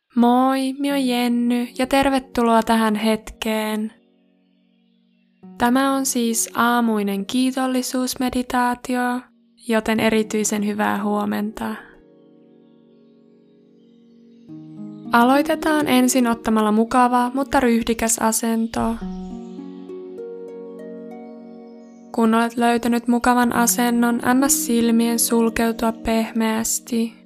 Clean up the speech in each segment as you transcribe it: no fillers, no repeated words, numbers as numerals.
Moi, minä oon Jenny ja tervetuloa tähän hetkeen. Tämä on siis aamuinen kiitollisuusmeditaatio, joten erityisen hyvää huomenta. Aloitetaan ensin ottamalla mukava, mutta ryhdikäs asento. Kun olet löytänyt mukavan asennon, anna silmien sulkeutua pehmeästi.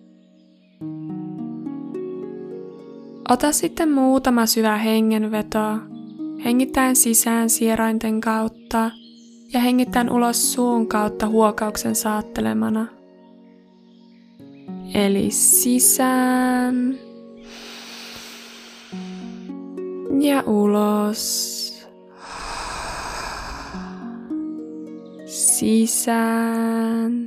Ota sitten muutama syvä hengenveto, hengittäen sisään sierainten kautta ja hengittäen ulos suun kautta huokauksen saattelemana. Eli sisään ja ulos. Sisään.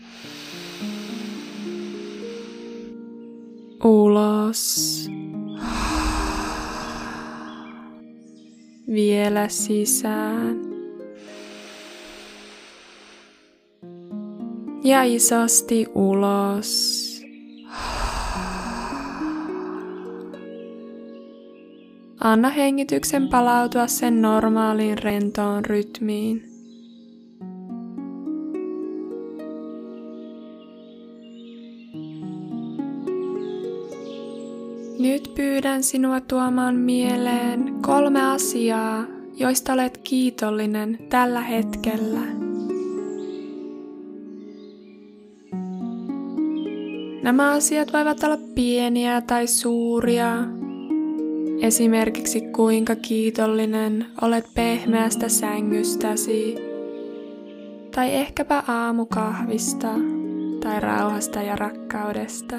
Ulos. Vielä sisään. Ja isosti ulos. Anna hengityksen palautua sen normaaliin rentoon rytmiin. Nyt pyydän sinua tuomaan mieleen 3 asiaa, joista olet kiitollinen tällä hetkellä. Nämä asiat voivat olla pieniä tai suuria. Esimerkiksi kuinka kiitollinen olet pehmeästä sängystäsi, tai ehkäpä aamukahvista, tai rauhasta ja rakkaudesta.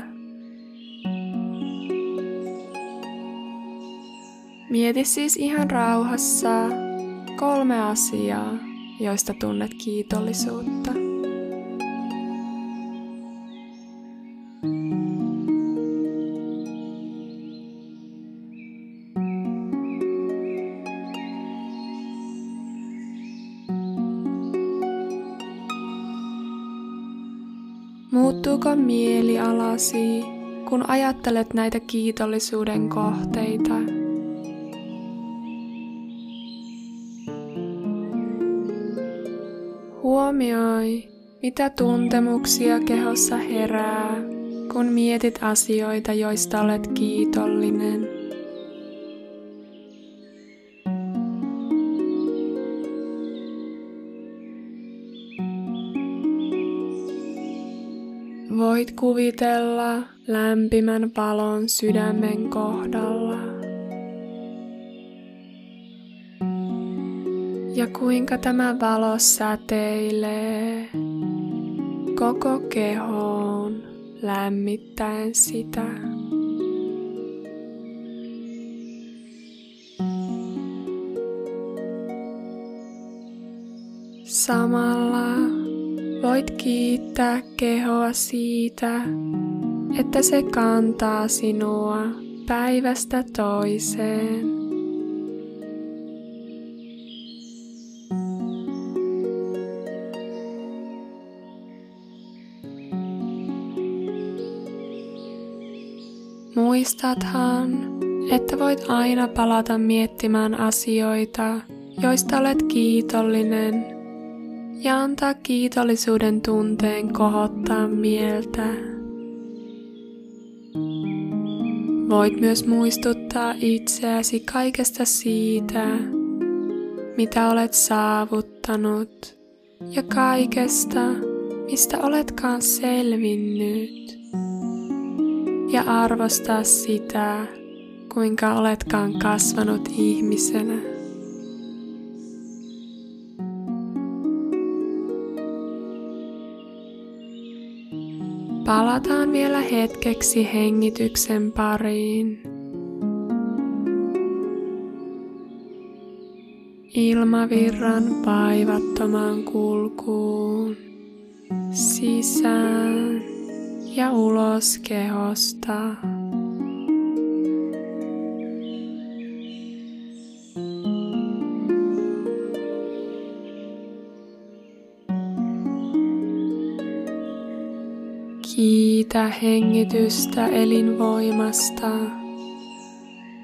Mieti siis ihan rauhassa 3 asiaa, joista tunnet kiitollisuutta. Muuttuuko mielialasi, kun ajattelet näitä kiitollisuuden kohteita? Huomioi, mitä tuntemuksia kehossa herää, kun mietit asioita, joista olet kiitollinen. Voit kuvitella lämpimän valon sydämen kohdalla. Ja kuinka tämä valo säteilee koko kehoon lämmittäen sitä. Samalla voit kiittää kehoa siitä, että se kantaa sinua päivästä toiseen. Muistathan, että voit aina palata miettimään asioita, joista olet kiitollinen, ja antaa kiitollisuuden tunteen kohottaa mieltä. Voit myös muistuttaa itseäsi kaikesta siitä, mitä olet saavuttanut, ja kaikesta, mistä oletkaan selvinnyt. Ja arvostaa sitä, kuinka oletkaan kasvanut ihmisenä. Palataan vielä hetkeksi hengityksen pariin. Ilmavirran vaivattomaan kulkuun, sisään ja ulos kehosta. Kiitä hengitystä elinvoimasta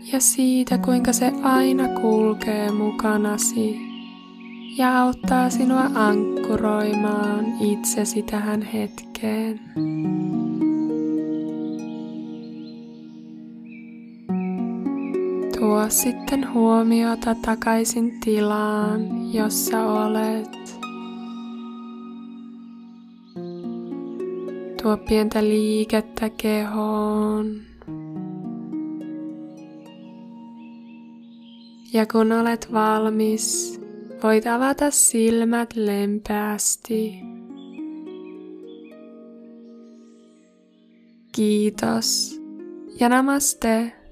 ja siitä, kuinka se aina kulkee mukanasi ja auttaa sinua ankkuroimaan itsesi tähän hetkeen. Tuo sitten huomiota takaisin tilaan, jossa olet. Tuo pientä liikettä kehoon. Ja kun olet valmis, voit avata silmät lempeästi. Kiitos ja namaste.